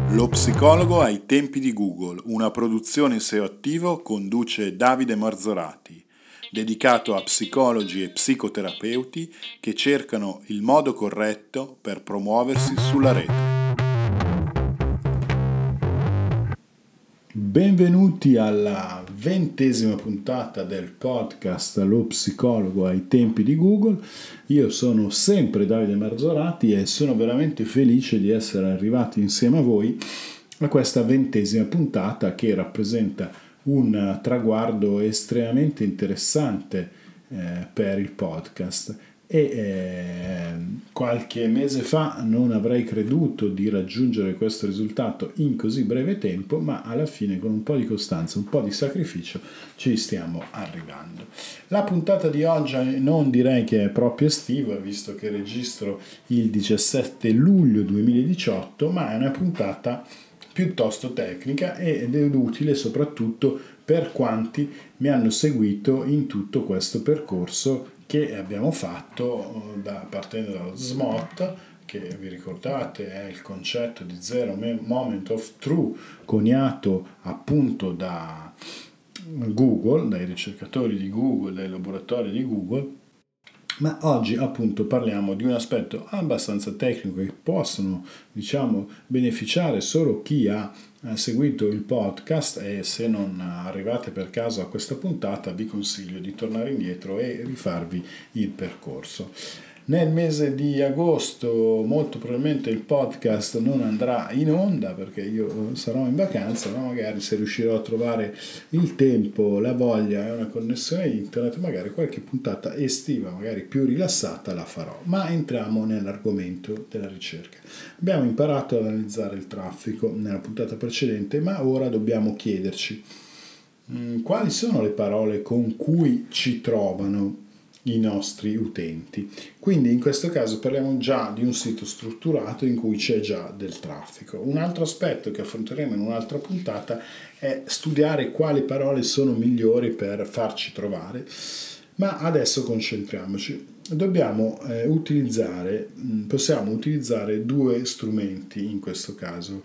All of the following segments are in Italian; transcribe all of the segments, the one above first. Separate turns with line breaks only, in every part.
Lo psicologo ai tempi di Google, una produzione SEO attivo, conduce Davide Marzorati, dedicato a psicologi e psicoterapeuti che cercano il modo corretto per promuoversi sulla rete. Benvenuti alla 20ª puntata del podcast Lo psicologo ai tempi di Google. Io sono sempre Davide Marzorati e sono veramente felice di essere arrivati insieme a voi a questa 20ª puntata che rappresenta un traguardo estremamente interessante per il podcast. Qualche mese fa non avrei creduto di raggiungere questo risultato in così breve tempo, ma alla fine con un po' di costanza, un po' di sacrificio ci stiamo arrivando. La puntata di oggi non direi che è proprio estiva, visto che registro il 17 luglio 2018, ma è una puntata piuttosto tecnica ed è utile soprattutto per quanti mi hanno seguito in tutto questo percorso che abbiamo fatto partendo dallo SMOT, che vi ricordate è il concetto di Zero Moment of Truth, coniato appunto da Google, dai ricercatori di Google, dai laboratori di Google. Ma oggi appunto parliamo di un aspetto abbastanza tecnico che possono, beneficiare solo chi ha seguito il podcast, e se non arrivate per caso a questa puntata vi consiglio di tornare indietro e rifarvi il percorso. Nel mese di agosto molto probabilmente il podcast non andrà in onda perché io sarò in vacanza, ma magari se riuscirò a trovare il tempo, la voglia e una connessione internet, magari qualche puntata estiva, magari più rilassata, la farò. Ma entriamo nell'argomento della ricerca. Abbiamo imparato ad analizzare il traffico nella puntata precedente, ma ora dobbiamo chiederci quali sono le parole con cui ci trovano i nostri utenti. Quindi in questo caso parliamo già di un sito strutturato in cui c'è già del traffico. Un altro aspetto che affronteremo in un'altra puntata è studiare quali parole sono migliori per farci trovare, ma adesso concentriamoci. Possiamo utilizzare due strumenti in questo caso,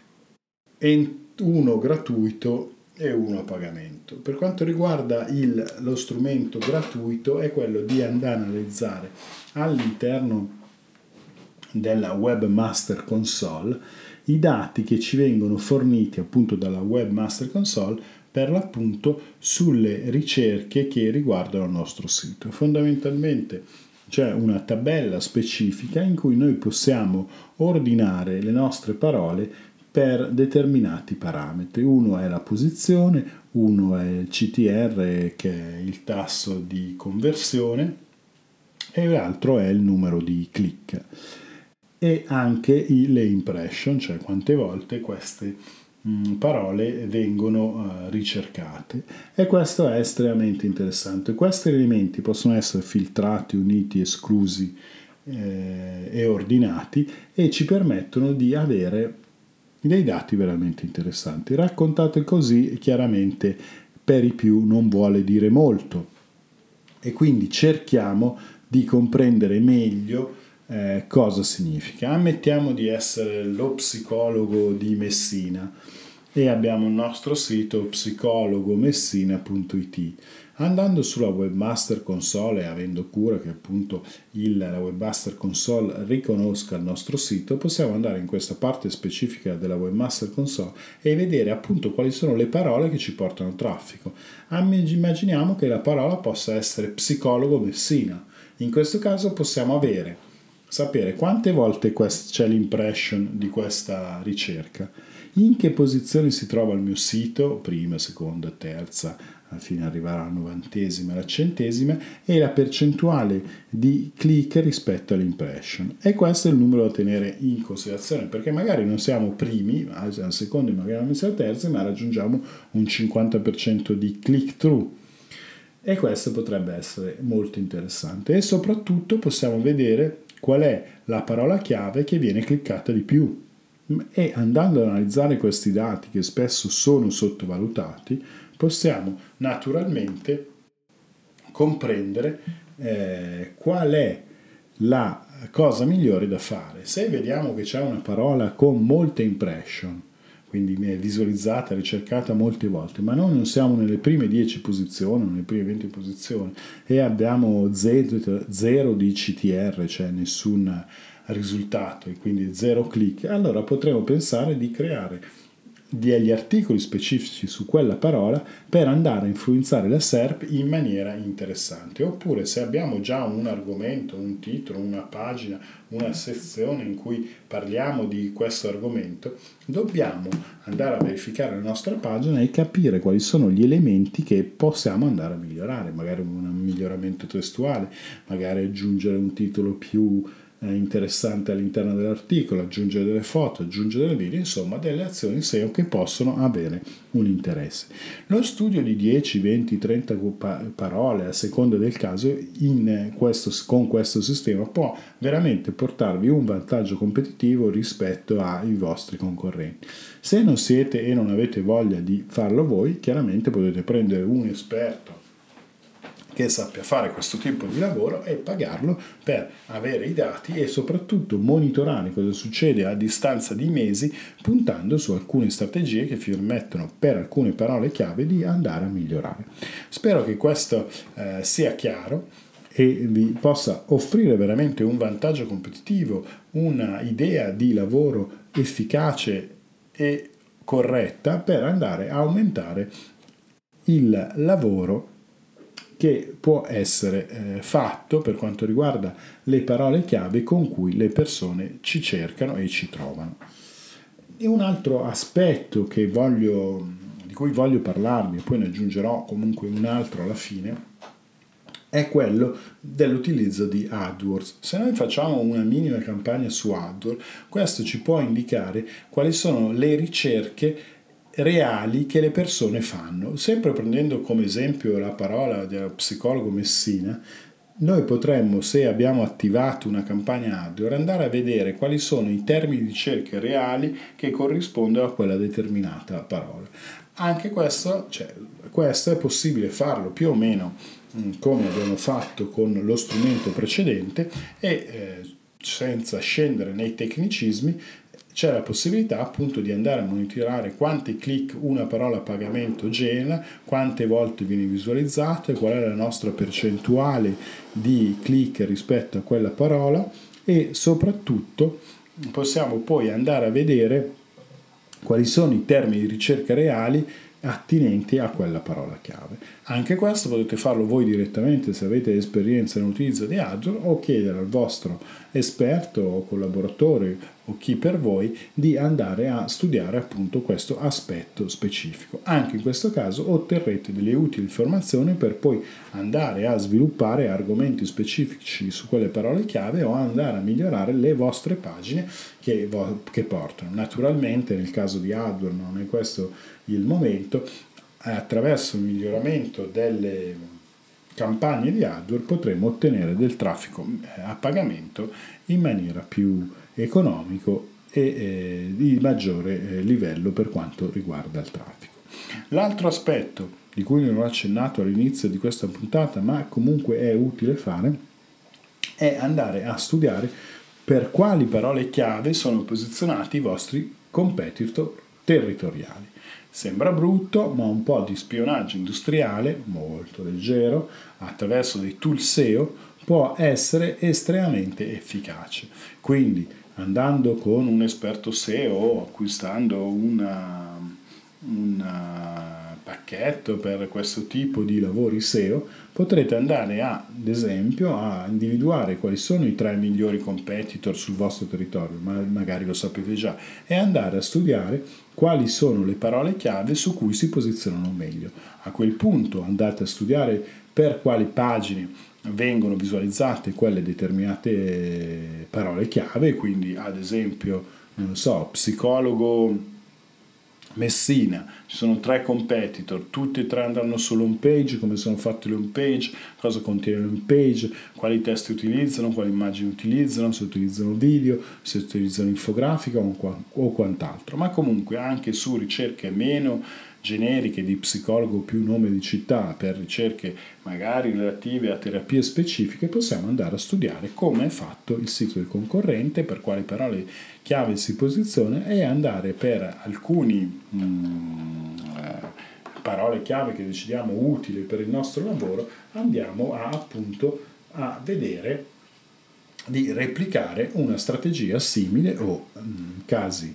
uno gratuito e uno a pagamento. Per quanto riguarda lo strumento gratuito è quello di andare a analizzare all'interno della Webmaster Console i dati che ci vengono forniti appunto dalla Webmaster Console per l'appunto sulle ricerche che riguardano il nostro sito. Fondamentalmente c'è una tabella specifica in cui noi possiamo ordinare le nostre parole per determinati parametri. Uno è la posizione, uno è il CTR, che è il tasso di conversione, e l'altro è il numero di click. E anche le impression, cioè quante volte queste parole vengono ricercate. E questo è estremamente interessante. Questi elementi possono essere filtrati, uniti, esclusi e ordinati, e ci permettono di avere dei dati veramente interessanti. Raccontate così, chiaramente per i più non vuole dire molto, e quindi cerchiamo di comprendere meglio cosa significa. Ammettiamo di essere lo psicologo di Messina e abbiamo il nostro sito psicologomessina.it. Andando sulla Webmaster Console e avendo cura che appunto la Webmaster Console riconosca il nostro sito, possiamo andare in questa parte specifica della Webmaster Console e vedere appunto quali sono le parole che ci portano traffico. Immaginiamo che la parola possa essere psicologo Messina. In questo caso possiamo sapere quante volte c'è l'impression di questa ricerca, in che posizione si trova il mio sito, prima, seconda, terza, fino ad arrivare alla 90ª e alla 100ª, e la percentuale di click rispetto all'impression. E questo è il numero da tenere in considerazione, perché magari non siamo primi, al secondo, magari non siamo terzi, ma raggiungiamo un 50% di click through. E questo potrebbe essere molto interessante. E soprattutto possiamo vedere qual è la parola chiave che viene cliccata di più. E andando ad analizzare questi dati, che spesso sono sottovalutati, possiamo naturalmente comprendere qual è la cosa migliore da fare. Se vediamo che c'è una parola con molte impression, quindi è visualizzata, ricercata molte volte, ma noi non siamo nelle prime 10 posizioni, nelle prime 20 posizioni e abbiamo 0 di CTR, cioè nessun risultato e quindi 0 click, allora potremo pensare di creare degli articoli specifici su quella parola per andare a influenzare la SERP in maniera interessante. Oppure se abbiamo già un argomento, un titolo, una pagina, una sezione in cui parliamo di questo argomento, dobbiamo andare a verificare la nostra pagina e capire quali sono gli elementi che possiamo andare a migliorare, magari un miglioramento testuale, magari aggiungere un titolo più interessante all'interno dell'articolo, aggiungere delle foto, aggiungere delle video, insomma delle azioni SEO che possono avere un interesse. Lo studio di 10, 20, 30 parole a seconda del caso con questo sistema può veramente portarvi un vantaggio competitivo rispetto ai vostri concorrenti. Se non siete e non avete voglia di farlo voi, chiaramente potete prendere un esperto che sappia fare questo tipo di lavoro e pagarlo per avere i dati e soprattutto monitorare cosa succede a distanza di mesi, puntando su alcune strategie che vi permettono per alcune parole chiave di andare a migliorare. Spero che questo sia chiaro e vi possa offrire veramente un vantaggio competitivo, una idea di lavoro efficace e corretta per andare a aumentare il lavoro che può essere fatto per quanto riguarda le parole chiave con cui le persone ci cercano e ci trovano. E un altro aspetto di cui voglio parlarvi, e poi ne aggiungerò comunque un altro alla fine, è quello dell'utilizzo di AdWords. Se noi facciamo una minima campagna su AdWords, questo ci può indicare quali sono le ricerche reali che le persone fanno. Sempre prendendo come esempio la parola del psicologo Messina, noi potremmo, se abbiamo attivato una campagna AdWords, andare a vedere quali sono i termini di ricerca reali che corrispondono a quella determinata parola. Anche questo è possibile farlo più o meno come abbiamo fatto con lo strumento precedente e senza scendere nei tecnicismi c'è la possibilità appunto di andare a monitorare quanti click una parola a pagamento genera, quante volte viene visualizzata, qual è la nostra percentuale di click rispetto a quella parola e soprattutto possiamo poi andare a vedere quali sono i termini di ricerca reali attinenti a quella parola chiave. Anche questo potete farlo voi direttamente se avete esperienza nell'utilizzo di AdWords o chiedere al vostro esperto o collaboratore o chi per voi di andare a studiare appunto questo aspetto specifico. Anche in questo caso otterrete delle utili informazioni per poi andare a sviluppare argomenti specifici su quelle parole chiave o andare a migliorare le vostre pagine che portano. Naturalmente nel caso di AdWords non è questo il momento, attraverso il miglioramento delle campagne di AdWords potremo ottenere del traffico a pagamento in maniera più economico e di maggiore livello per quanto riguarda il traffico. L'altro aspetto di cui non ho accennato all'inizio di questa puntata, ma comunque è utile fare, è andare a studiare per quali parole chiave sono posizionati i vostri competitor territoriali. Sembra brutto, ma un po' di spionaggio industriale, molto leggero, attraverso dei tool SEO, può essere estremamente efficace. Quindi, andando con un esperto SEO o acquistando un pacchetto per questo tipo di lavori SEO, potrete andare ad esempio a individuare quali sono i 3 migliori competitor sul vostro territorio, ma magari lo sapete già, e andare a studiare quali sono le parole chiave su cui si posizionano meglio. A quel punto andate a studiare per quali pagine vengono visualizzate quelle determinate parole chiave, quindi ad esempio, non so, psicologo Messina, ci sono 3 competitor, tutti e 3 andranno sull'home page, come sono fatte le home page, cosa contiene l'home page, quali testi utilizzano, quali immagini utilizzano, se utilizzano video, se utilizzano infografica o quant'altro, ma comunque anche su ricerche meno generiche di psicologo più nome di città, per ricerche magari relative a terapie specifiche, possiamo andare a studiare come è fatto il sito del concorrente, per quali parole chiave si posiziona, e andare per alcuni parole chiave che decidiamo utili per il nostro lavoro, andiamo appunto a vedere di replicare una strategia simile o, in casi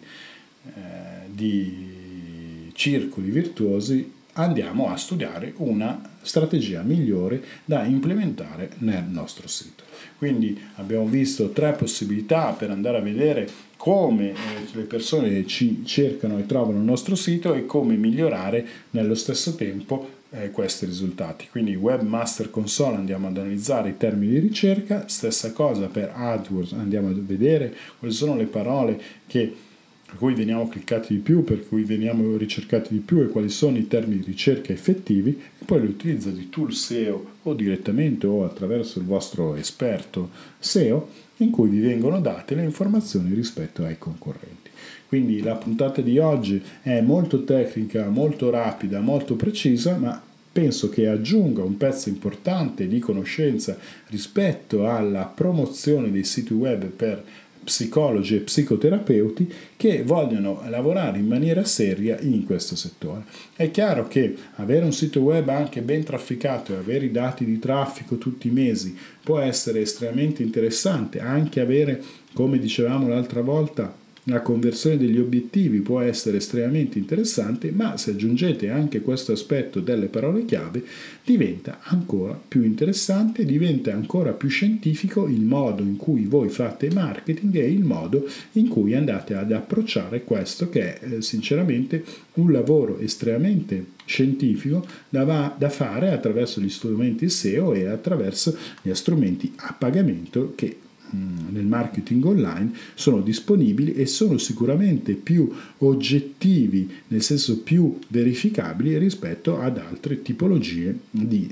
di circoli virtuosi, andiamo a studiare una strategia migliore da implementare nel nostro sito. Quindi abbiamo visto 3 possibilità per andare a vedere come le persone ci cercano e trovano il nostro sito e come migliorare nello stesso tempo questi risultati. Quindi Webmaster Console andiamo ad analizzare i termini di ricerca, stessa cosa per AdWords, andiamo a vedere quali sono le parole per cui veniamo cliccati di più, per cui veniamo ricercati di più e quali sono i termini di ricerca effettivi, e poi l'utilizzo di tool SEO o direttamente o attraverso il vostro esperto SEO, in cui vi vengono date le informazioni rispetto ai concorrenti. Quindi la puntata di oggi è molto tecnica, molto rapida, molto precisa, ma penso che aggiunga un pezzo importante di conoscenza rispetto alla promozione dei siti web per psicologi e psicoterapeuti che vogliono lavorare in maniera seria in questo settore. È chiaro che avere un sito web anche ben trafficato e avere i dati di traffico tutti i mesi può essere estremamente interessante, anche avere, come dicevamo l'altra volta, la conversione degli obiettivi può essere estremamente interessante, ma se aggiungete anche questo aspetto delle parole chiave diventa ancora più interessante, diventa ancora più scientifico il modo in cui voi fate marketing e il modo in cui andate ad approcciare questo, che è sinceramente un lavoro estremamente scientifico da fare attraverso gli strumenti SEO e attraverso gli strumenti a pagamento che nel marketing online sono disponibili e sono sicuramente più oggettivi, nel senso più verificabili rispetto ad altre tipologie di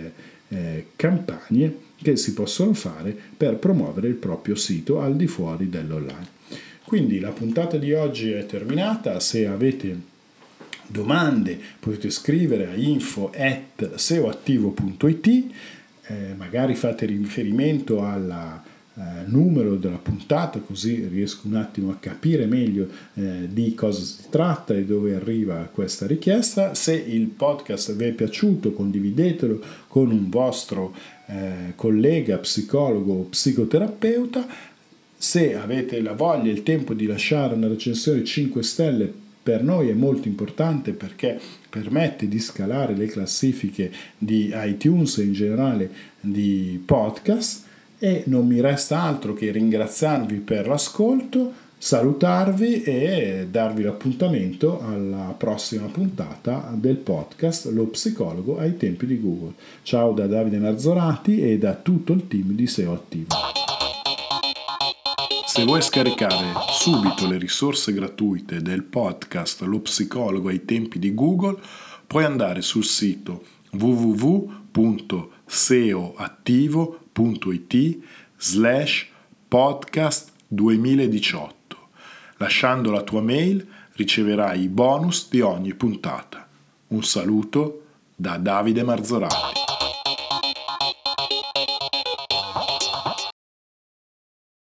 campagne che si possono fare per promuovere il proprio sito al di fuori dell'online. Quindi la puntata di oggi è terminata. Se avete domande potete scrivere a info@seoattivo.it, magari fate riferimento alla numero della puntata, così riesco un attimo a capire meglio di cosa si tratta e dove arriva questa richiesta. Se il podcast vi è piaciuto, condividetelo con un vostro collega psicologo o psicoterapeuta. Se avete la voglia e il tempo di lasciare una recensione 5 stelle, per noi è molto importante perché permette di scalare le classifiche di iTunes e in generale di podcast. E non mi resta altro che ringraziarvi per l'ascolto, salutarvi e darvi l'appuntamento alla prossima puntata del podcast Lo Psicologo ai tempi di Google. Ciao da Davide Marzorati e da tutto il team di SEO Attivo. Se vuoi scaricare subito le risorse gratuite del podcast Lo Psicologo ai tempi di Google, puoi andare sul sito www.seoattivo.it/podcast 2018. Lasciando la tua mail riceverai i bonus di ogni puntata. Un saluto da Davide Marzorati.